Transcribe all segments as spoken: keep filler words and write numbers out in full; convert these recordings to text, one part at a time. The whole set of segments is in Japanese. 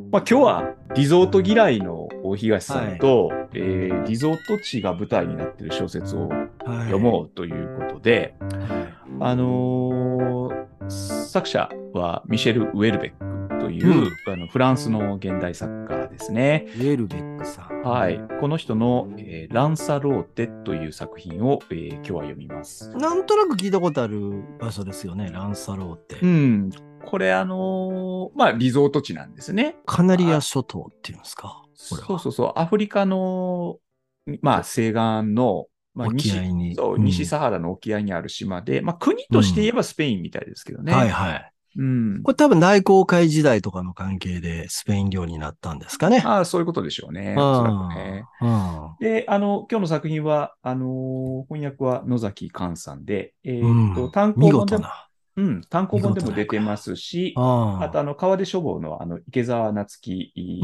まあ、今日はリゾート嫌いの大東さんと、 はい。 えーリゾート地が舞台になっている小説を読はい。 もうということで、 はい。 あのー作者はミシェル・ウェルベックといううん。 あのフランスの現代作家ですね。 ウェルベックさん。 はい。この人の、えーランサローテという作品を、えー今日は読みます。 なんとなく聞いたことある場所ですよね、ランサローって。 うん。これあのーまあ、リゾート地なんですね。 カナリアあ、 諸島っていうんですか、これは。 そうそうそう。アフリカの、まあ、西岸の、まあ、 沖合西、 に。 そう、 うん。 西サハラの沖合にある島で、まあ、国うん。 として言えばスペインみたいですけどね。 はいはい。 うん。 これ多分大航海時代とかの関係でスペイン領になったんですかね。 まあ、そういうことでしょううね。おそらくん。 ね。 うん。 で、あの、今日の作品は、あの翻訳は野崎寛さんで、えうーっと、 ん。 単見行本でも、 事な、 うん、単行見本でも事な役や。 出てますし、あと、 ああ。 あの、川出書房の、あの、池澤夏樹うん。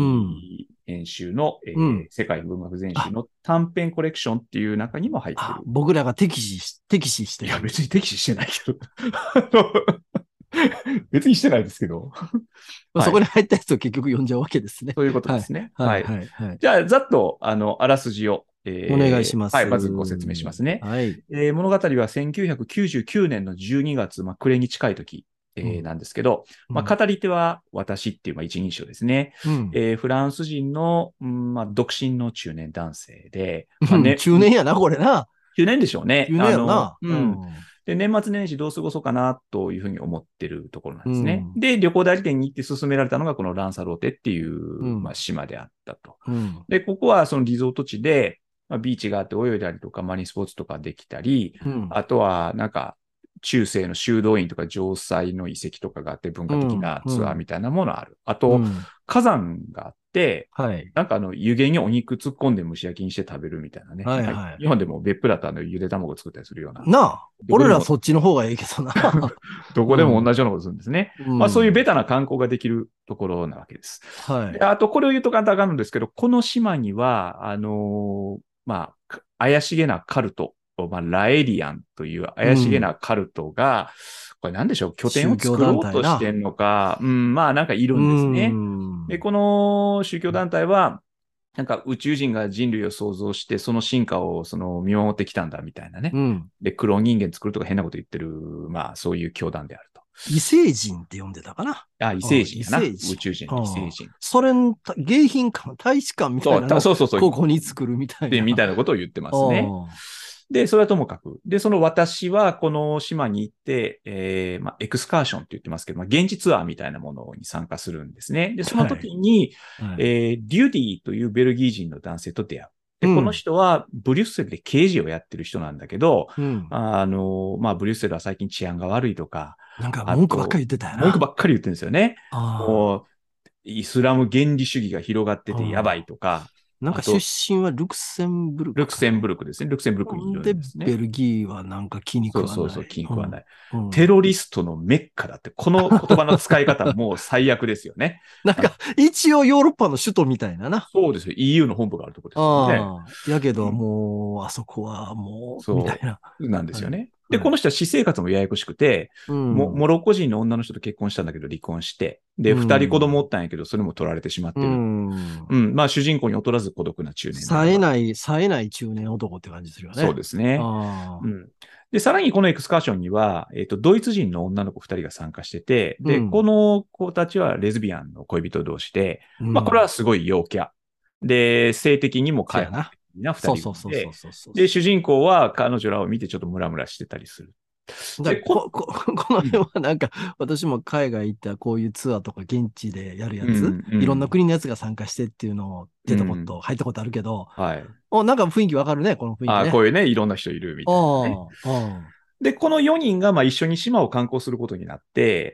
い編集の、 うん。 えー世界文学全集あ、 の短編コレクションっていう中にも入ってあ、 る。 僕らが敵視し、敵視していや、 る。 別に敵視してないけど。あの別にしてないですけど。はい。 そこに入ったやつを結局読んじゃうわけですね。 そういうことではい。 すね。 はい、 はい。 はい、はい。 じゃあ、ざっと、あの、あらすじを、 お願いしえーはい、 ます。 まずご説明しますね。 はい。 えー物語はせんきゅうひゃくきゅうじゅうきゅうねんのじゅうにがつ、まあ、暮れに近い時、えうん、 ーなんですけど、まあ、 うん、 語り手は私っていう、まあ、一人称ですね。 うん。 えーフランス人の、うんまあ、独身の中年男性で、まあうんね、 中年やな、これな。 中年でしょうね。 中年あの、 やろな。ううん。 ん。 で、年末年始どう過ごそうかなというふうに思ってるところなんうですね。 ん。 で、旅行代理店に行って勧められたのがこのランサローテっていう、まあ、 うん。 島であったと。 うん。 で、ここはそのリゾート地で、まあ、ビーチがあって泳いだりとか、マリンスポーツとかできたり、 うん。 あとはなんか中世の修道院とか城塞の遺跡とかがあって文化的うん。 なうん。 ツアーみたいなものある。あと、 うん。 火山があって、 はい。 なんかあの湯気にお肉突っ込んで蒸し焼きにして食べるみたいなね。 はい、 まあ、 はい。 日本でも別府だとあのゆで卵作ったりするような、 なあ。 どこでも、 俺らそっちの方がいいけどな。 どこでもうん。 同じようなことするんですね。 うまあそういうベん。 タな観光ができるところなわけです。で、 はい。 あとこれを言うと簡単なんですけど、この島には、あのーまあ、怪しげなカルト、まあ、ラエリアンという怪しげうん。 なカルトが、これなんでしょう、拠点を宗教団作ろうとして体な。 んのか、うん、まあなんかいるうんですね。で、 ん。 この宗教団体は、なんか宇宙人が人類を創造して、その進化をその見守ってきたんだみたいなね。 うん。 で、クローン人間作るとか変なこと言ってる、まあそういう教団であると。 異星人って呼んでたかな。 あ、異星うん、異人やな。 星人。 宇宙人の異星うん、 人。 それん、た迎賓館、大使館みたそう、 いなのをそうそうそう。 ここに作るみたいで、みな。 たいなことを言ってますね。 あで、それはともかく。で、その私はこの島に行って、えー、まあ、エクスカーションって言ってますけど、まあ、現地ツアーみたいなものに参加するんですね。で、そあ、 のはい。 時に、 はい。 えー、デュディというベルギー人の男性と出会う。で、このうん。 人はブリュッセルで刑事をやってる人なんだけど、 うん。 あの、まあ、ブリュッセルは最近治安が悪いとか、 なんかあと、 文句ばっかり言ってたよ文句な。 ばっかり言ってるんですよね。もあう、イスラム原理主義が広がっててやばいあ。 とか、 なんか出あと、 身はルクセンブルクかな。 ルクセンブルクですね。ルクセンブルクにいるほんで、 んですね。 ベルギーはなんか気にそうそうそう、 食わない。うん。 禁句はない。 うん。 テロリストのメッカだって、この言葉の使い方もう最悪ですよね。 なんか、 あ、 一応ヨーロッパの首都みたいなな。 そうですよ。イーユー の本部があるところですからね。 ああ。やけど、 うん、 もう、あそこはもう、みたいそな。 う、なんですはい。 よね。で、 はい。 この人は私生活もややこしくて、 うモモん。 ロッコ人の女の人と結婚したんだけど離婚して、で、 う二人子供おん。 ったんやけど、それも取られてしまっうてる。 ん。 うん、まあ主人公に劣らず孤独な中年であるわけ。 冴えない、冴えない中年男って感じするよそうね。 ですね。 ああ。 うん。で、さらにこのエクスカーションには、えっと、ドイツ人の女の子二人が参加してて、で、こうん。 の子たちはレズビアンの恋人同士で、まあ、これはうん。 すごい陽キャ。で、性的にも開放せやな。 的な二そう人そうそうそう組で、 そうそう。 で、主人公は彼女らを見てちょっとムラムラしてたりする。で、 だこ、 こ、こ、このうん、 辺はなんか、私も海外行ったこういうツアーとか現地でやるやつ、 うん、ういろんなん、 国のやつが参加してっていうのを出たこうん。 と、入ったことあるけど、 はい。 お、なんか雰囲気わかるね、この雰囲気ああ、こね。 ういうね、いろんな人いるみたいなね。 ああ、ああ、 で、このよにんがまあ一緒に島を観光することになって、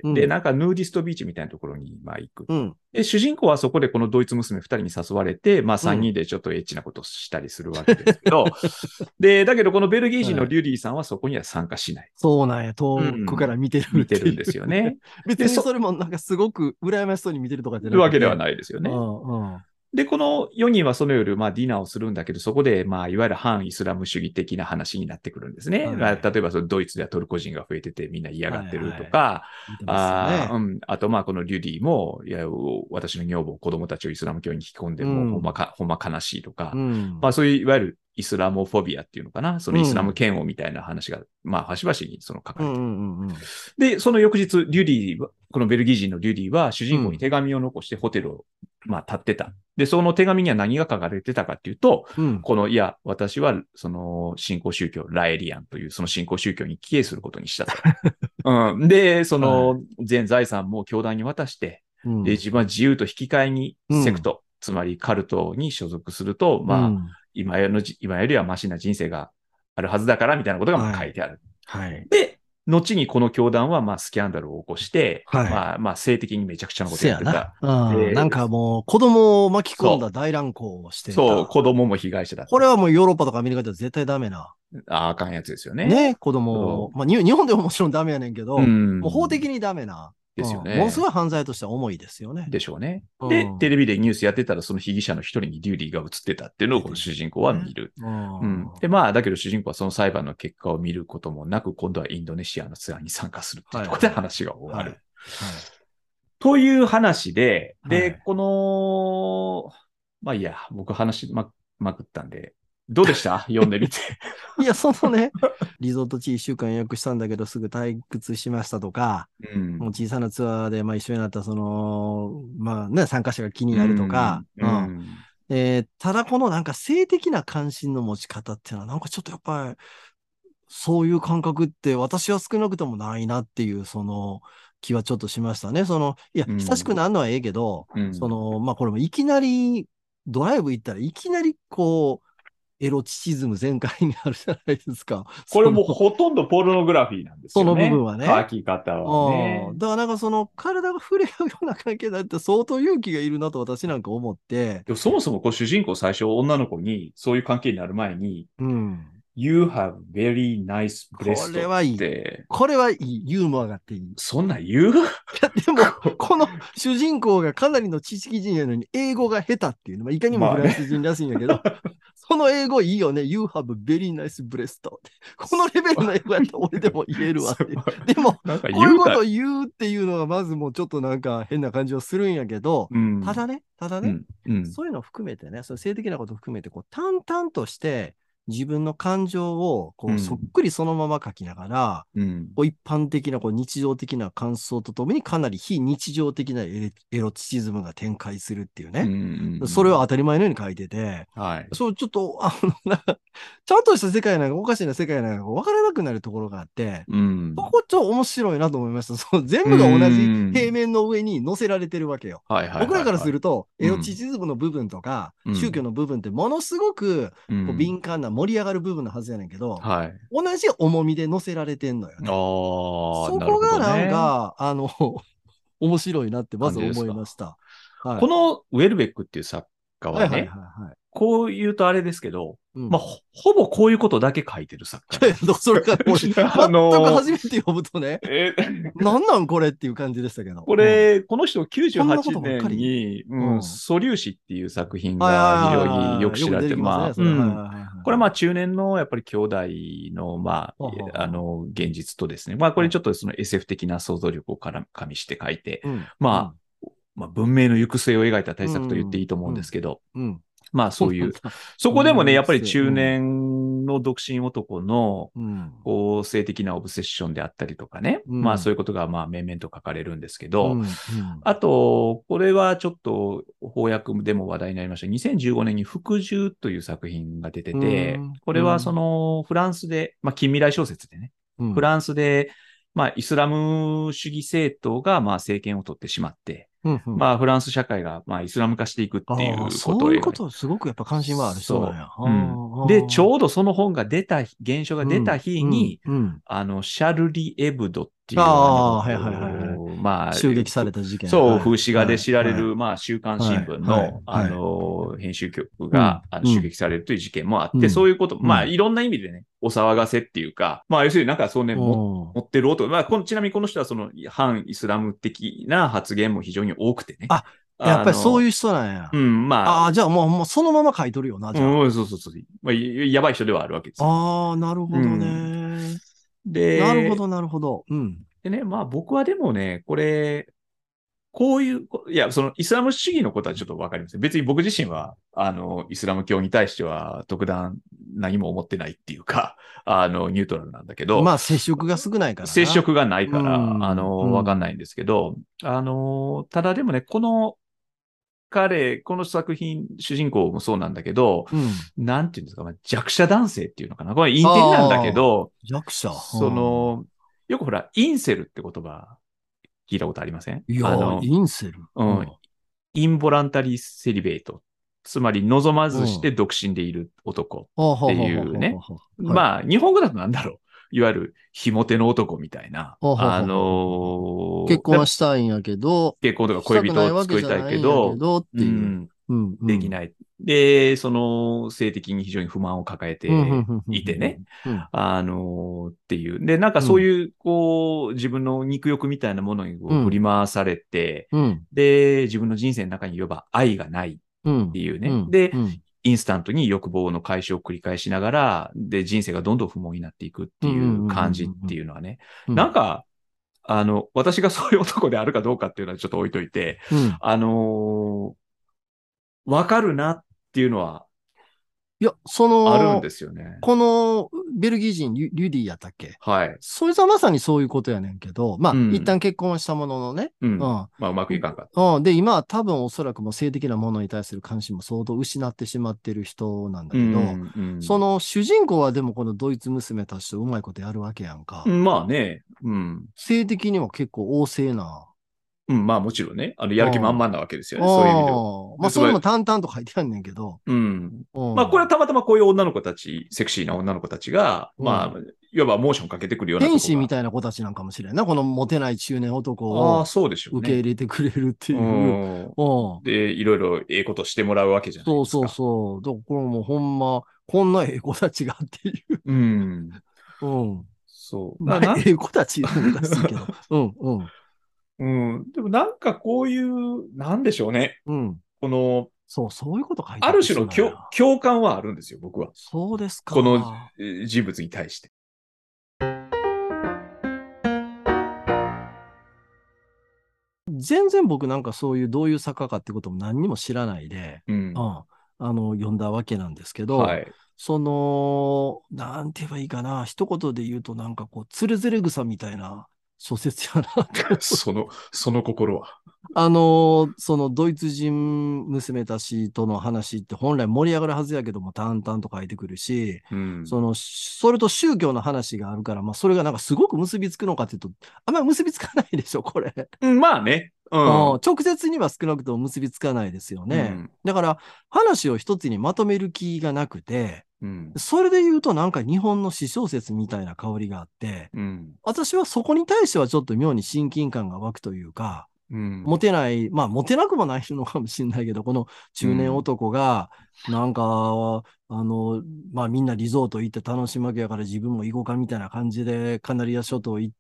で、 うん、 なんかヌーディストビーチみたいなところにまあ行くと。 うん、 で、主人公はそこでこのドイツ娘ふたりに誘われて、まあ3 うん。 人でちょっとエッチなことをしたりするわけですけど、で、だけどこのベルギー人のはい。 リュディさんはそこには参加しない。 そうなんや、 う遠くかん。 ら見てるっていう。 見てるんですよね。で、 別にそそ、 れもなんかすごく羨ましそうに見てるとかじゃなわけではくて、 ないですよね。 うん、うん、 で、このよにんはその夜、まあ、ディナーをするんだけど、そこで、まあ、いわゆる反イスラム主義的な話になってくるんですね。 はいまあ例えば、そのドイツではトルコ人が増えてて、みんな嫌がってるとはいか、 見てますよね。 あー、うん、あと、まあ、このリュディも、いや、私の女房、子供たちをイスラム教に引き込んで、もう、ほんまか、ほんま悲しいとか、 うん。 まあ、そういう、いわゆるイスラモフォビアっていうのかな、そのイスラムうん。 嫌悪みたいな話が、まあ、端々にその書かれてる。 うんうんうんうん。 で、その翌日、リュディは、このベルギー人のリュディは主人公にうん手紙を残してホテルを、まあ、立ってた。で、その手紙には何が書かれてたかっていうと、 うんこの、いや、私は、その、信仰宗教、ラエリアンという、その信仰宗教に帰依することにしたと。うん。で、そはの、全財産も教団に渡して、で、 うん自分は自由と引き換えに、 うんセクト、つまりカルトに所属すると、まあ、 うん今よりのじ、今よりはマシな人生があるはずだから、みたいなことがまあはい。 書いてある。 はい。 で、後にこの教団はまあスキャンダルを起こして、 はい。 まあまあ性的にめちゃくちゃなことせやな。 やってた。 うん。なで、 んかもう子供を巻き込んだそ大乱行をしう、そう、 てた。 子供も被害者だった。 これはもうヨーロッパとかアメリカでは絶対ダメな。 ああかんやつですよね。 ね、子供を。 そまあ、に日本でももちろんダメやねんけう。うど、もう法ん。 的にダメな。 でうん。 すよね。 ものすごい犯罪としては重いですよね。 でしょうね。 うで、テレん。 ビでニュースやってたらその被疑者の一人にデューリーが映ってたっていうのを出てるこの主人公はね。 見る。 うん。 うん。で、まあ、だけど主人公はその裁判の結果を見ることもなく、今度はインドネシアのツアーに参加するっていうところではいはい。 話が終わはい。 る。 はい。 という話で、で、 はい。 この、まあいいや、僕話しま、まくったんで、どうでした読んでみて。 いや、そのね、リゾート地いっしゅうかん予約したんだけど、すぐ退屈しましたとか、 うん。 もう小さなツアーで、まあ、一緒になったその、まあね、参加者が気にうなるとか、 ん。ううん。 ん。 えーただこのなんか性的な関心の持ち方っていうのは、なんかちょっとやっぱり、そういう感覚って私は少なくともないなっていう、その気はちょっとしましたね。その、いや、親しくうん。 なるのはええけど、 うん。 その、まあこれもいきなり、ドライブ行ったらいきなりこう、エロチシズム全開になるじゃないですか。その、 これもほとんどポルノグラフィーなんですその部分よね。 はね。 書き方はね。 うん。だからなんかその体が触れ合うような関係だって相当勇気がいるなと私なんか思って、 でもそもそもこう主人公最初女の子にそういう関係になる前に、 うん。 You have very nice こ breast っれはいい。 て、 これはいい。ユーモアがあっていい。 そんなん言う。 いや、でも、この主人公がかなりの知識人やのに、英語が下手っていうのは、いかにもフまあね。 ランス人らしいんやけど、その英語いいよね。You have very nice breast. このレベルの英語やったら俺でも言えるわっていう。でも、 なんかこういう言うか。 こと言うっていうのが、まずもうちょっとなんか変な感じはするんやけど、 うん。 ただね、ただね、 うん。うん。 そういうのを含めてね、その性的なことを含めて、こう、淡々として自分の感情を、こう、そっうん。 くりそのまま書きながら、 うん。 こう一般的なこう日常的な感想とともにかなり非日常的なエレエロチシズムが展開するっていううん。 ね。 うん。 それを当たり前のように書いてて、 はい。 そうちょっと、あの、なんかちゃんとした世界なんかおかしな世界なんか分からなくなるところがあって、 うん。 そこちょっと面白いなと思いました。そう全う部が同じ平ん。 面の上に載せられてるわけよ。 はいはい僕らからはいはい。 すると、エロチうん。 シズムの部分とか、 うん。 宗教の部分ってものすごくこううん。 敏感な盛り上がる部分のはずやねんけど、 はい。 同じ重みで載せられてんのよね。 ああ、 そなるほどこがなんね。 か、あの、面白いなってま感ず思いまじですか。 した。はい。 このウェルベックっていう作家はいはいはね、 はいはい。 こう言うとあれですけど、まあ、 うん。 ほ、ほぼこういうことだけ書いてる作家いやいや、 なんです。 それから俺、全あのく初めて呼ぶとね、 えーなんなんこれっていう感じでしたけど。 こうん。 れ、この人98 こんなことばっか年りに、うん、 うん。はい素粒子っていう作品はいが非常によはいはい。よく出く知られて、 てきますね、 まあ、 それ。はいはいうん。 はいはいこれはまあはい。 中年のやっぱり兄弟の、まははあ、あはの、現実とですね、まあこれは。はい。 ちょっとその エスエフ 的な想像力をから加味して書いて、 うん。うまん。 あ、まあ文明の行く末を描いた大う作と言っていいん。 と思うんですうん。 けど、 うん。 まあそういう、 そうなんだ。 そこでもね、 文明のやっぱり育成。う中ん。 年の独身男の、 うん。 こう、性的なオブセッションであったりとかね。 うん。 まあそういうことがまあ面々と書かれるんですけど、 うん。うん。 あと、これはちょっと翻訳でも話題になりました。にせんじゅうごねんに服従という作品が出てうて、 ん。 これはそうん。 のフランスで、まあ近未来小説でね、 うん。 フランスで、まあイスラム主義政党がまあ政権を取ってしまって、 うん。うん。 まあフランス社会がまあイスラム化していくっていああ、 うことを描いて、 そういうこと、すごくやっぱ関心はある人なんそや。あう。うん。で、ちあ、 ょうどその本が出た、現象が出たうん、うん、 日に、 うん。 あの、シャルリ・エブドってあいう、ああ、はいはいはいはい。 の、まあ、 襲撃された事件。 そう、 はい、 風刺画ではい、 知られる、 はい、 まあ、週刊はい、 新聞はい、 の、あはい。 の、編集局うん、 が、あの、 うん、 襲撃されるという事件もあって、そううん、 いうこと、まあ、 うん。 いろんな意味でね、お騒がせっていうか、まあ、要するになんかそうね、もお持ってる男、まあこの、ちなみにこの人はその反イスラム的な発言も非常に多くてね。 あ、 やっぱりそうう。 いう人なんや。 うん、まあ、 ああ、じゃあもう、もうそのまま書いとるよな、じゃあ。 うん、そうそうそう。まあ、やばい人ではあるわけですよ。 ああ、なるほどうん。 ね。なるほで、 ど、なるほど。うん。 でね、まあ僕はでもね、これ、こういう、いや、そのイスラム主義のことはちょっとわかりません。別に僕自身は、あの、イスラム教に対しては特段何も思ってないっていうか、あの、ニュートラルなんだけど、 まあ、接触が少ないから接な。 触がないうから、あん、うの、わかんないんん、 ですけど、あの、ただでもね、この彼、この作品、主人公もそうなんだけど、 うん。 なんていうんですか、まあ、弱者男性っていうのかな。これインテリなんだけああ、 ど、 弱者。 そうん。 の、よくほら、インセルって言葉聞いたことありません？ いやー、 あの、 インセル。 うん、 うん。 インボランタリーセリベート。つまり、望まうん。 ずして独身でいる男はあ、 ってはあはあはいうね。 あはあはあ。はい。 まあ、日本語だとなんだろう。いわゆる、ひも手の男みたいな。 はあはああはあはあはあはあ。結のーで婚はしたいんやけど、 結婚とかしたく恋人をないわけじゃ作りたいないんやけけど、 どっうていう。 ん、 うん、うん。 できない。で、その性的に非常に不満を抱えうん、うん、 てうん、うん、 いてね。 うん。 あの、っていう。で、なんかうん、 そういう、こう、自分の肉欲みたいなものにこう振うん、 り回されて、 うん、 で、自分の人生の中にいわば愛がないっうん、 ていうね。 うん、 で、 うん。 インスタントに欲望の解消を繰り返しながら、で、人生がどんどん不毛になっていくってうん、ういうん、うん、 感じってうん、 いうのはね。 うん。 なんか、あの、私がそういう男であるかどうかっていうのはちょっと置いといて、 うん。 あのわかるなっていうのはいや、そあるんの、 ですよね。 このベルギー人、リュリュディやったっけ？ はい。 そいつはまさにそういうことやねんけど、まあ、一うん。 旦結婚はしたもののね。 うん。 うん。 まあ、うまくいかんかった。 うん。で、今は多分おそらくもう性的なものに対する関心も相当失ってしまってる人なんだうけど、 ん。うん。 その主人公はでもこのドイツ娘たちとうまいことやるわけやんか。 まあね。うん。 性的にも結構旺盛な。 うん。まあもちろんね。あの、やる気満うん。 々なわけですよね。そういう意味では。 うん。まあ、 で、つまり、 それも淡々と書いてあんねんけど、 うん。 うまあ、これはん。 たまたまこういう女の子たち、セクシーな女の子たちが、まあ、 うん。 いわばモーションかけてくるようなとこが。 天使みたいな子たちなんかもしれんな。このモテない中年男ああ、 をそうでしょうね。 受け入れてくれるってういう。 ん。 うん。 で、いろいろええことしてもらうわけじゃないそうそうですか。 そう。だからこれもうほんま、こんなええ子たちがっていう。 うん。 うん。 そう。 まあ、 な、なん、 ええ子たち言うのもおかしいけど。うん、うん、 うん。でもなんかこういう、なんでしょうね。 うん。 この、 そう、そういうこと書いあてあってる種の共、 しまうな。 共感はあるんですよ、僕は。 そうですこのか。 えー人物に対して。 全然僕なんかそういうどういう作家かってことも何にも知らないで、 うん。 うん。あの、読んだわけなんですけど、 はい。 その、なんて言えばいいかな。一言で言うとなんかこう、つるずれ草みたいな小説やなと。 その、その心は。 あの、そのドイツ人娘たちとの話って本来盛り上がるはずやけども淡々と書いてくるし、 うん。 その、それと宗教の話があるから、まあそれがなんかすごく結びつくのかっていうと、あんまり結びつかないでしょ、これ。 うんまあね。ううん、 ん。 直接には少なくとも結びつかないですよね。 うん。 だから話を一つにまとめる気がなくて、 うん。 それで言うとなんか日本の詩小説みたいな香りがあって、 うん。 私はそこに対してはちょっと妙に親近感が湧くというか、 うん。 モテない、まあ、モテなくもないのかもしれないけど、この中年うん。 男が、なんか、あの、まあ、みんなリゾート行って楽しむわけやから自分も行こうかみたいな感じで、カナリア諸島行って、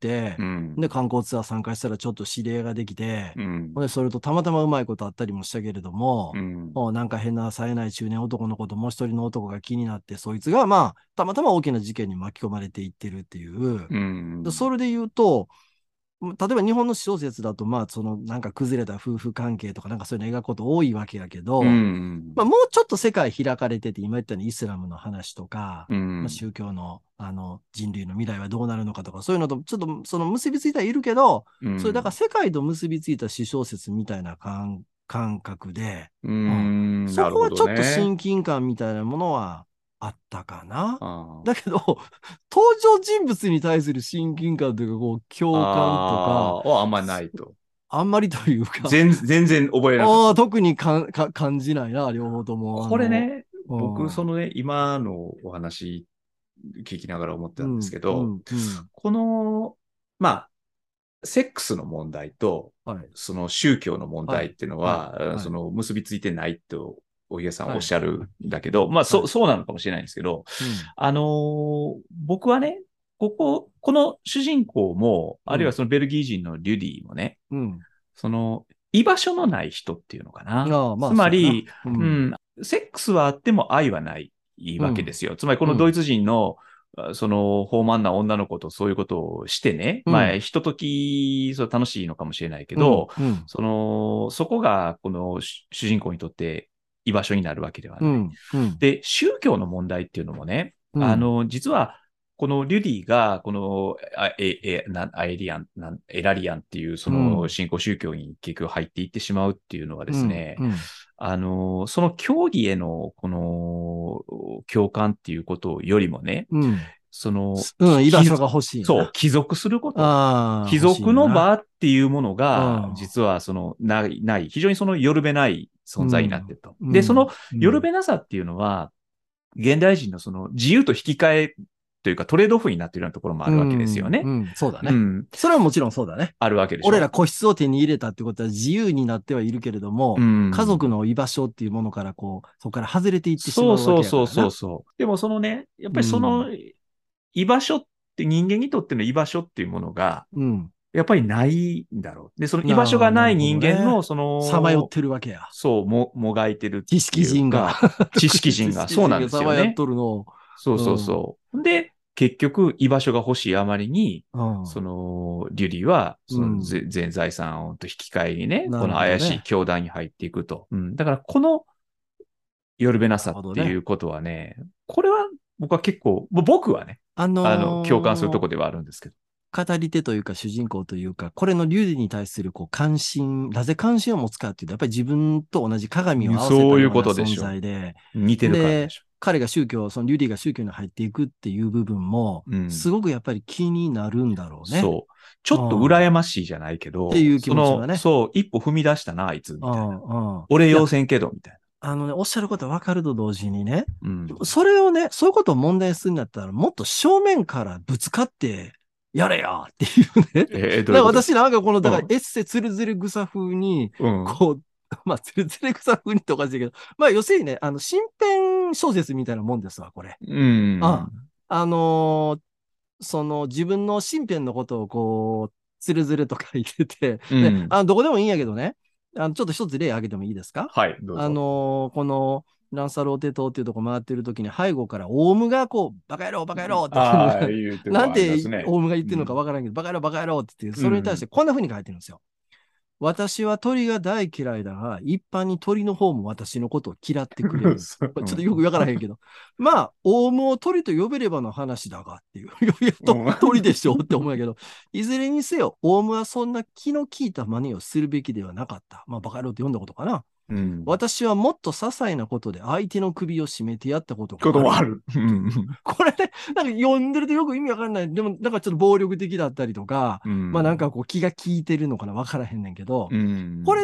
うん。 で、観光ツアー参加したらちょっと知り合いができて、 うん。 ほんで、それとたまたまうまいことあったりもしたけれども、 うん。 もうなんか変な冴えない中年男のこともう一人の男が気になって、そいつがまあ、たまたま大きな事件に巻き込まれていってるっていう。 うん。 でそれで言うと、例えば日本の小説だと、まあ、そのなんか崩れた夫婦関係とかなんかそういうの描くこと多いわけやけうど、まあ、 ん。 もうちょっと世界開かれてて、今言ったようにイスラムの話とか、まあ、 うん。 宗教の、あの人類の未来はどうなるのかとか、そういうのとちょっとその結びついてはいるけど、それだから世界と結びついた詩小説みたいな感感覚で、 ううん、 ん。 そなるほどこはちょっとね。 親近感みたいなものはあったかな。 あだけど、登場人物に対する親近感というか、こう、 あ。 共感とか、 ああ。はあんまないと。 あんまりというか、 全、全然覚えなかった。 ああ、特にかんか感じないな、両方とも。あこれの、 ね、 う僕、そん、 のね、今のお話聞きながら思ってたんですうん、 けど、 うん、うん。 この、まあ、セックスの問題と、 はい、 その宗教の問はい、 題っていうのはい、 は、 はい、 その結びついてないと、お家さんおはい、 っしゃるんだけど、まあ、そ、 はい、 そうなのかもしれないんですけど、 うん、 あのー僕はね、ここ、この主人公も、あるいはうん、 そのベルギー人のリュディもね、 うん、 その居場所のない人っていうのかな。 ああ、まあ、 つまり、 そうやな。 ううん。 ん、セックスはあっても愛はないわけですよ。つまり、こうん。 のドイツ人の、あその、豊満な女の子とそういうことをしてね、まあ、 うん。 ひととき、そう楽しいのかもしれないけうん。 ど、 うん。 その、そこが、この主主人公にとって居場所になるわけではない。 うん。うん。 で、宗教の問題っていうのもね、 うん。 あの、実は、このリュディが、このあええなアエリアンなん、エラリアンっていうそのうん新興宗教に結局入っていってしまうっていうのはでうん。 すね、 うん。 あの、その教義へのこの共感っていうことよりもね、 うん。 その、 すうん。居場き所が欲しいそう、 な。 帰属すること。 ああ、 帰欲しい属の場な。 っていうものうが、 ん。 実はその、ない、ない、非常にそのよるべない存在になってうん。 ると。で、そのうん。うよるん。 べなさっていうのは、現代人のその自由と引き換えというかトレードオフになっているようなところもあうるわけですよん。 ね。 うん。そうだね。 うん。 それはもちろんそうだね。 あるわけでし俺らょ。 個室を手に入れたってことは自由になってはいるけれどうも、家族ん。 の居場所っていうものからこう、そこから外れていってしそうまうわそうそうけやからな。 そうそう。でもそのね、やっぱうん。 りその居場所って人間にとっての居場所っていうものが、 うん。 やっぱりないんだろう。で、その居場所ああ、なるがないほどね。 人間の、そさまよっの、 てるわけや。 そう、も、もがいてる知ってい識人がうか、知特に知識人が、 識人そうなんでがさまよっすよね。 とるのを。 そうそううん。 そう。で、結局、居場所が欲しいあまりに、 うん。 その、リュリは、そのうん。 ぜ全財産と引き換えにね、 なるこの怪しいほどね。 教団に入っていくと。うん。だから、このよるべななるさっほどね。 ていうことはね、これは僕は結構、ぼ僕はね、 ああの、共感するとこのーろではあるんですけど。 語り手というか主人公というか、これの竜に対するこう関心、なぜ関心を持つかっていうと、やっぱり自分と同じ鏡を合わせたそういうような存ことでしょ在で、 う。似てるからでで、 しょ彼が宗教、そのリュディが宗教に入っていくっていう部分も、 う。うん。 すごくやっぱり気になるんだろうね。 そう。ちょっとうん。っ羨ましいじゃないけど、 ていう気その、 持ちはね。 そう、一歩踏み出したな、あいつ、 うみたいな。 ん、うん。 俺いや、 要せんけど、みたいあのね、おっしゃることは分かると同時にね、 な。うん。 それをね、そういうことを問題にするんだったら、もっと正面からぶつかってやれやっていうね。 えー、どういうだからことですか？ 私なんかこの、だからうん。 エッセつるずる草風に、 うん。 こう、まあ、つるずる草風にっておかしいけど、まあ、要するにね、あの、身辺小説みたいなもんですわ、これ。 うん。 ああ、あのーその自分の身辺のことをこう、つるずると書いてて、で、 うん。 あの、どこでもいいんやけどね、あの、ちょっと一つ例挙げてもいいですか？ はい、どうあぞ。 のーこの、ランサローテ島っていうとこ回ってる時に背後からオウムがこう、バカ野郎バカ野郎っていうのああ、 が、 言うてるなんわ、ありまてすね。 オウムが言ってるのかうん。 わからんけど、バカ野郎バカ野郎って言って、それに対してうん。 こんな風に書いてるんですよ。私は鳥が大嫌いだが、一般に鳥の方も私のことを嫌ってくれる。 そうちょっとよくわからへんけど。まあ、オウムを鳥と呼べればの話だがっていう。いやいやと、 うん。 鳥でしょって思うんやけど、いずれにせよ、オウムはそんな気の利いた真似をするべきではなかった。まあ、バカ野郎って読んだことかな。 うん。 私はもっと些細なことで相手の首を絞めてやったことこがある。 ともある。うっていう。 ん。 これね、なんか読んでるとよく意味わかんない。でも、なんかちょっと暴力的だったりとか、 うん。 まあなんかこう気が利いてるのかなわからへんねんけど、 うん。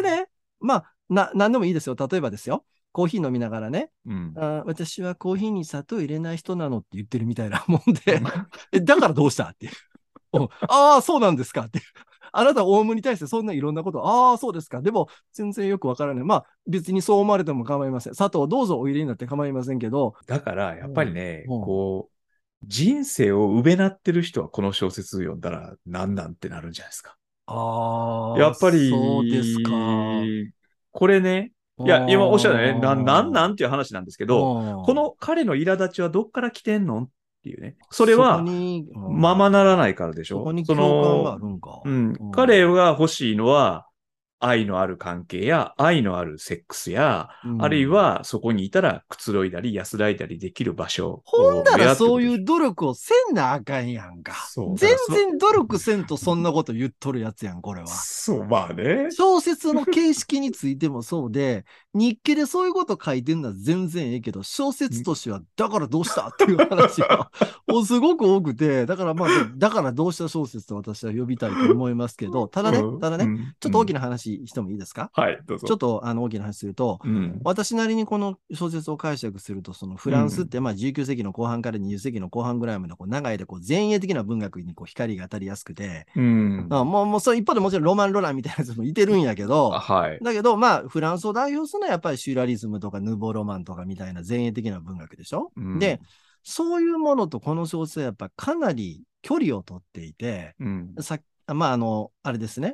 これね、まあ、な、なんでもいいですよ。例えばですよ。コーヒー飲みながらね、 うん。 あ私はコーヒーに砂糖入れない人なのって言ってるみたいなもんで、え、だからどうしたっていう。おああ、そうなんですかっていう。あなた、オウムに対してそんないろんなこと、ああ、そうですか。でも、全然よくわからない。まあ、別にそう思われても構いません。砂糖どうぞお入れになって構いませんけど、 だから、やっぱりうん、 ね、 うん、 こう、人生をうべなってる人はこの小説読んだら何なんてなるんじゃないですか。 ああ、 やっぱそうですか。 り、これね、 ういや、今おっしゃるね、な、なんん、 なんっていう話なんですけうど、こん。 の彼の苛立ちはどっから来てんのっていうね。それそこは、 に、うままならなん、 いからでしそこょ？そに共感がの、 あるんか。 うん、 うん、 彼が欲しいのは、愛のある関係や、愛のあるセックスや、 うあるいん。 はそこにいたらくつろいだり安らいだりできる場所ほんだらやってことでしょ。 そういう努力をせんなあかんやんか。 そう、だ全からその、 然努力せんとそんなこと言っとるやつやん、これは。 そう、まあね。 小説の形式についてもそうで、日記でそういうこと書いてんのは全然ええけど、小説としては、だからどうしたっていう話がおすごく多くて、だからまあ、だからどうした小説と私は呼びたいと思いますけど、ただね、 うん、 ただね、 うん、 ちょっと大きうん。 な話してもいいですか？ はい、どうぞ。 ちょっとあの大きな話すると、 うん、 私なりにこの小説を解釈すると、そのフうん、 ランスってまあじゅうきゅう世紀の後半からにじゅっ世紀の後半ぐらいまでこう長い間こう前衛的な文学にこう光が当たりやすくて、 うん。 あもうもうそれ一方でもちろんロマン・ロランみたいなやつもいてるんやけど、 あ、はい。 だけどまあフランスを代表するのはやっぱりシューラリズムとかヌーボーロマンとかみたいな前衛的な文学でしょ？ うん、 で、そういうものとこの小説はやっぱかなり距離を取っていて、 うん、 さまああの、あれですね。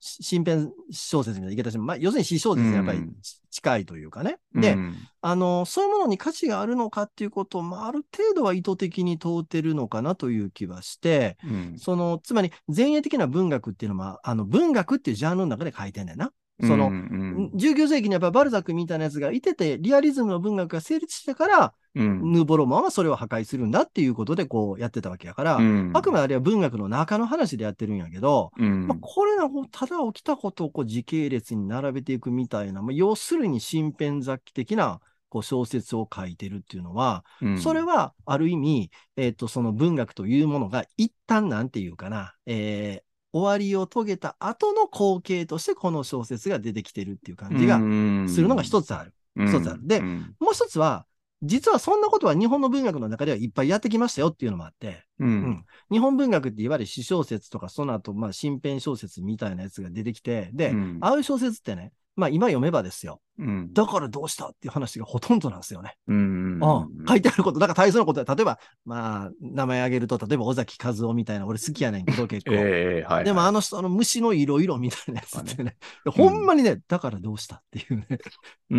し身辺小説みたいな言い方しても、まあ、要するに私小説にやっぱりうん近いというかね。で、 うんあの、そういうものに価値があるのかっていうことを、まあ、ある程度は意図的に問うてるのかなという気はして、 うんその、つまり前衛的な文学っていうのは、あの、文学っていうジャンルの中で書いてんねんな。その、 うんじゅうきゅう世紀にやっぱりバルザックみたいなやつがいてて、リアリズムの文学が成立してから、 うんヌーボーロマンはそれを破壊するんだっていうことでこうやってたわけやから、 うんあくまであれは文学の中の話でやってるんやけど、 うんまあ、これがただ起きたことをこう時系列に並べていくみたいな、まあ、要するに身辺雑記的なこう小説を書いてるっていうのは、 うんそれはある意味、えーと、その文学というものが一旦なんていうかな、えー終わりを遂げた後の光景としてこの小説が出てきてるっていう感じがするのが一つある。一つある。で、もう一つは、実はそんなことは日本の文学の中ではいっぱいやってきましたよっていうのもあって、 うんうん、日本文学っていわゆる詩小説とかその後、まあ、身辺小説みたいなやつが出てきて、で、 うん、 ああいう小説ってね、まあ今読めばですよ。 うん、 だからどうしたっていう話がほとんどなんですよね。 うん、 うん、書いてあること、だから大切なことは、例えば、まあ、名前挙げると、例えば尾崎和夫みたいな、俺好きやねんけど、結構。 えーはいはい、 でもあの人、あの虫の色々みたいなやつってね、ねほんまにね、だからどうしたっていうね。 うん、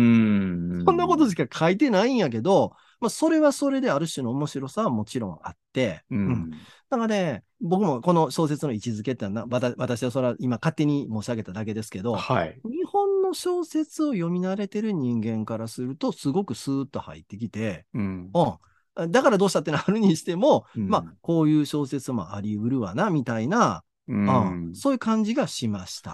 そんなことしか書いてないんやけど、まあ、それはそれである種の面白さはもちろんあって、 うんうん、だからね、僕もこの小説の位置づけってのはな、私はそれは今勝手に申し上げただけですけど、 はい、 日本の小説を読み慣れてる人間からすると、すごくスーッと入ってきて、 うんうん、だからどうしたってなるにしても、 うん、 まあ、こういう小説もあり得るわな、みたいな、 うん、 そういう感じがしました。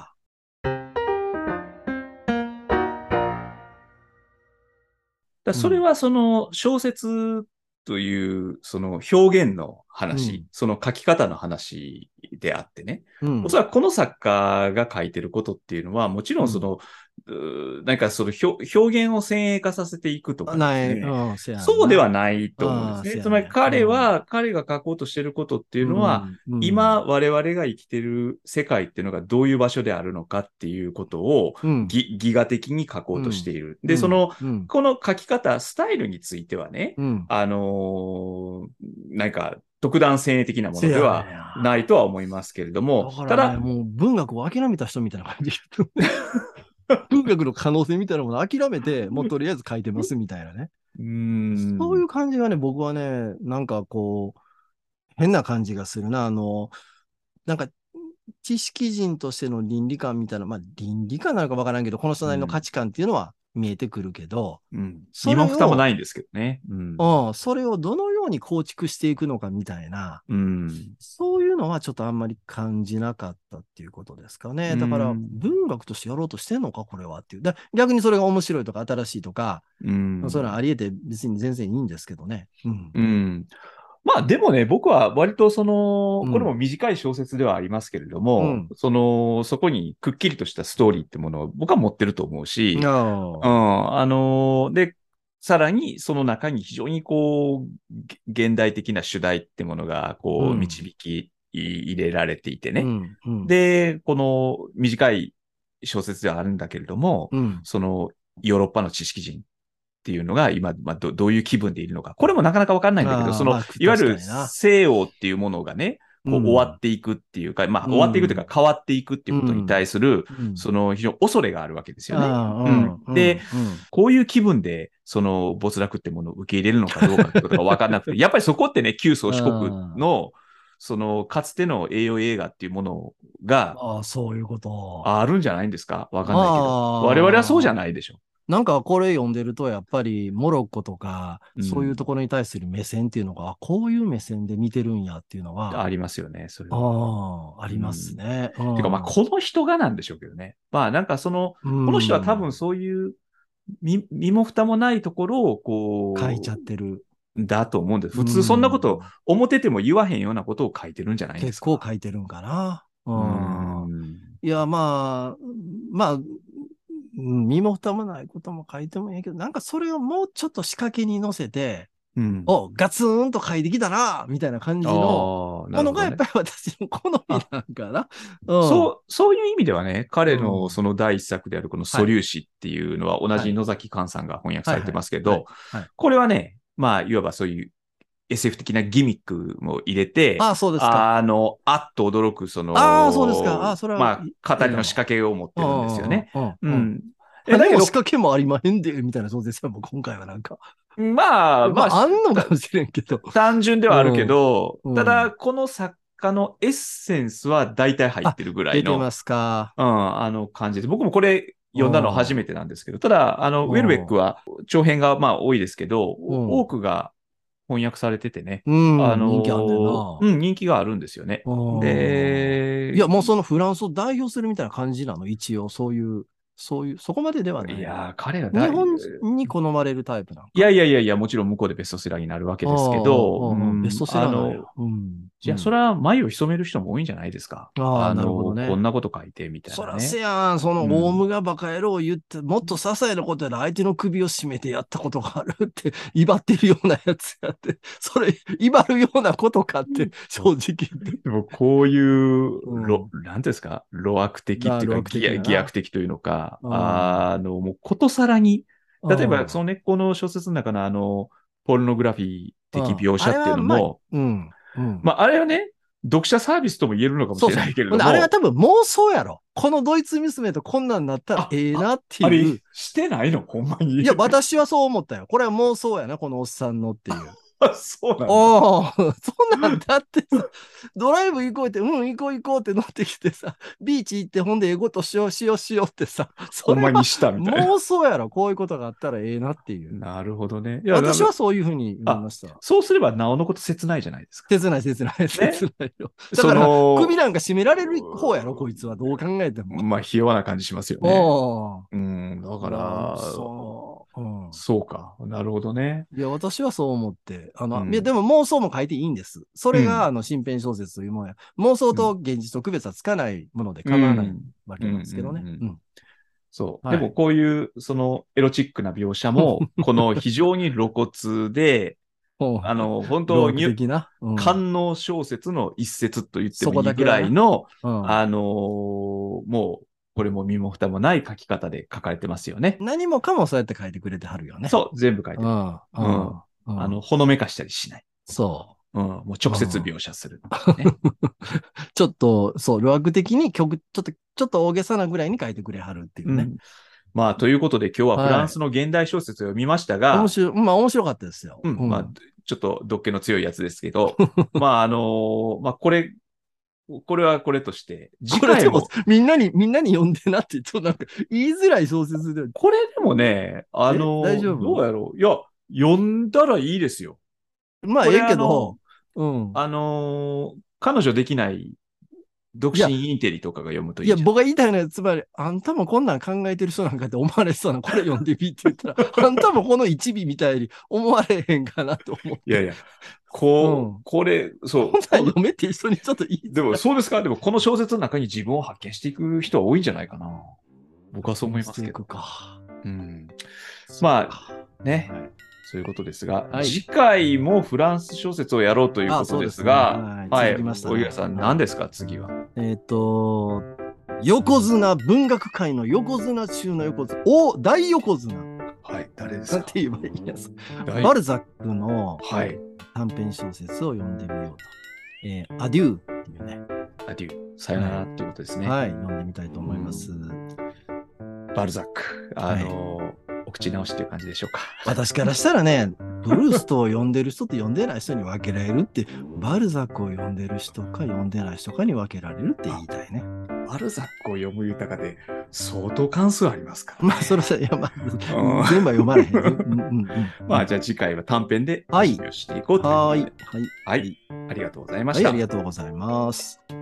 だそれはその小説というその表現の話、うん、その書き方の話であってね、うん、おそらくこの作家が書いてることっていうのは、もちろんその、うん、なんかその表現を先鋭化させていくとかですね、うん、そうではないと思うんですね。つまり彼は、うん、彼が書こうとしてることっていうのは、うん、今我々が生きてる世界っていうのがどういう場所であるのかっていうことを、擬画的に書こうとしている。で、その、この書き方、スタイルについてはね、あのー、なんか、特段先鋭的なものではないとは思いますけれども、 だからね、ただ、もう文学を諦めた人みたいな感じ文学の可能性みたいなものを諦めて、もうとりあえず書いてますみたいなね。 うーんそういう感じがね、僕はね、なんかこう、変な感じがするな。あの、なんか、知識人としての倫理観みたいな、まあ倫理観なのかわからんけど、この人なりの価値観っていうのは見えてくるけど、 うん。身も蓋もないんですけどね。 うん。うん、それをどのように構築していくのかみたいな、 うん、 そういうのはちょっとあんまり感じなかったっていうことですかね。だから、文学としてやろうとしてんのか、これはっていう。だ逆にそれが面白いとか新しいとか、うん、そういうのあり得て別に全然いいんですけどね。 うん。うんまあでもね、僕は割とその、これも短い小説ではありますけれども、うん、その、そこにくっきりとしたストーリーってものを僕は持ってると思うし、うん、あの、で、さらにその中に非常にこう、現代的な主題ってものがこう、導き入れられていてね、うんうん、で、この短い小説ではあるんだけれども、うん、そのヨーロッパの知識人、っていうのが今、まあ、ど、どういう気分でいるのか。これもなかなかわかんないんだけど、その、まあ、いわゆる西洋っていうものがね、こう終わっていくっていうか、うん、まあ終わっていくというか変わっていくっていうことに対する、うん、その非常に恐れがあるわけですよね。うん、で、うん、こういう気分で、その没落ってものを受け入れるのかどうかってことがわかんなくて、やっぱりそこってね、旧宗四国の、その、かつての栄養映画っていうものが、 ああ、そういうこと。 あるんじゃないんですかわかんないけど。我々はそうじゃないでしょ。 なんかこれ読んでると、やっぱりモロッコとか、そういうところに対する目線っていうのが、うん、こういう目線で見てるんやっていうのは。 ありますよね、それは。ああ、ありますね。 うん、てか、まあ、この人がなんでしょうけどね。まあ、なんかその、うん、この人は多分そういう身、身も蓋もないところを、こう。 書いちゃってる。 だと思うんです。普通そんなこと、表ても言わへんようなことを書いてるんじゃないですか。 結構書いてるんかな。うん。いや、まあ、まあ、身も蓋もないことも書いてもいいけど、なんかそれをもうちょっと仕掛けに乗せて、うん、お、ガツンと書いてきたな、みたいな感じのものがやっぱり私の好みなんかな。 うん、そう、そういう意味ではね、彼のその第一作であるこの素粒子っていうのは同じ野崎寛さんが翻訳されてますけど、これはね、まあ、いわばそういうエスエフ 的なギミックも入れて、 ああ、そうですか。 あの、あっと驚く、その、 ああ、そうですか。ああ、それは。 まあ、語りの仕掛けを持ってるんですよね。 うんうんうんうん。 うん。え、だ何けど、 も仕掛けもありまへんで、みたいなそうですよ、もう今回はなんか。 まあ、まあ、 まあ、あんのかもしれんけど。 単純ではあるけど、 うんただ、この作家のエッセンスは大体入あってるぐらいの、 出てますか。 うん、あの感じで、僕もこれ読んだの初めてなんですけど、ただ、あの、ウェルベックうは長編がまあ多いですけど、 ん。 多くが翻訳されててね、 うあん、人気あんねんの、 な。 うん、人気があるんですよね。で、 いや、もうそのフランスを代表するみたいな感じなの、一応、そういう、そういう、そこまでではない。 いやー、彼が日大、 本人に好まれるタイプなんいやか。 いやいやいや、もちろん向こうでベストセラーになるわけああ、 ですけど、うああベスん、 トセラーなんや。 あの、 うん。 いや、 うんそれは眉を潜める人も多いんじゃないですか。 ああ、なるほどあの、こんね。 なこと書いて、みたいそらせなね。 やん、そのオウうん。 ムがバカ野郎言って、もっと些細なことやら相手の首を絞めてやったことがあるって、威張ってるようなやつやって、それ、威張るようなことかって、正直言って。 でもこういううんロ、なんていうんですか、路悪的っていうか、 なる悪的偽なな。 偽悪的というのか、 うん。 あの、もうことさらに、 うん。 例えばその根っこの小説の中のあの、ポルノグラフィー的うん。あれ描写っていうはまあ、 のも、 うん。うん。 まあ、あれはね、読者サービスとも言えるのかもしそうそう。 れないけれほんで、あれはども、 多分妄想やろ。このドイツ娘とこんなんなったらあ、あ、 ええなってあれ、 いう。 してないのほんまに。 いや、私はそう思ったよ。これは妄想やな、このおっさんのっていう。 あ、そうなんだ。 ああ、そうなんだってさ、ドライブ行こうって、うん、行こう行こうって乗ってきてさ、ビーチ行って、ほんで、ええことしようしようしようってさ、そほんまにれはしたみたいな。 妄想やろ。こういうことがあったらええなっていう。 なるほどね。いや、なんか、 私はそういうふうに思いあ、 ました。 そうすればなおのこと切ないじゃないですか。 切ない切ないね。 切ないよ。だそから、首の、 なんか絞められる方やろ、こいつは。どう考えても。 まあ、ひ弱な感じしますよね。 あうん、だかあ、なら、 そう。うん。 そうか。なるほどね。 いや、私はそう思って、あの、いや、 うん、 でも妄想も書いていいんです。それが、 うん、 あの、身辺小説というものや。妄想うん、 と現実と区別はつかないものでう構わないん、うん、 わけなんですけどね。 うん。 うん。 そう。でも、 はい。 こういう、その、エロチックな描写も、この非常に露骨で、 もう、 あの、本老悪当に、 的な。うん。 官能小説の一節と言ってそこもいいぐだけはな。 らいの、 うん。 あのーもう、これも身も蓋もない書き方で書かれてますよね。 何もかもそうやって書いてくれてはるよね。 そう、全部書いてる。 うん。ううん。 ん。うあの、 ん。 ほのめかしたりしない。 そうん。もうう。 直接うん。 描写するっていうね。 ちょっと、そう、露悪的に曲、ちょっと、ちょっと大げさなぐらいに書いてくれはるっていうね。 うん。まあ、ということで今日はフラはい。 ンスの現代小説を読みましたが、 面白い、まあ面白かったですよ。 うん、まあ、 うん。 ちょっと毒気の強いやつですけど、まあ、あのーまあ、これ、これはこれとして、次これでも、 回も、 みんなに、みんなに読んでなって言うと、なんか、言いづらい小説で。 これでもね、あえ大のーどう丈夫やろう。いや、読んだらいいですよ。 まあ、 これええあの、 けど、うん。 あのー彼女できない独いや、 身インテリとかが読むといや、 いいんじゃない？ 僕が言いたいのは、つまり、あんたもこんなん考えてる人なんかって思われそうな、これ読んでみって言ったら、あんたもこの一尾みたいに思われへんかなと思って。 いやいや、こう、 うん。 これ、そう、 こんなんこの、 読めって人にちょっと言いでもづらい。 そうですか？でもこの小説の中に自分を発見していく人は多いんじゃないかな。僕はそう思いますけど。 していくか。 うん。 そうまか。 あ、ね。 はい。 そういうことですが、 はい。 次回もフランス小説をやろうというあ、 ことでそうですね。 すが、 はい。 はい、 続きましたね。 お岩さん、何はい。 ですか、次は。 えっ、と、横綱、文学界の横綱中の横綱、お大横綱。 はい、誰ですか？ なんて言えばいいんです大バルザックのはい、 短編小説を読んでみようと。えーアデューっていうね。 アデュー、さよならっていうことですね。 はい、読んでみたいと思います。 バルザック、あのーお口直しっていう感じでしょうか。 私からしたらね、ブルーストを読んでる人と読んでない人に分けられるって、バルザックを読んでる人か読んでない人かに分けられるって言いたいね。 バルザックを読む豊かで相当関数ありますから、ね。 まあ、それさ、いや、まあ、 うん全部は読まれへん。うんうんうんまあ、じゃあ次回は短編ではい話をしていこうということで。 はい。はい。 はい。ありがとうございまはい、 した。 ありがとうございます。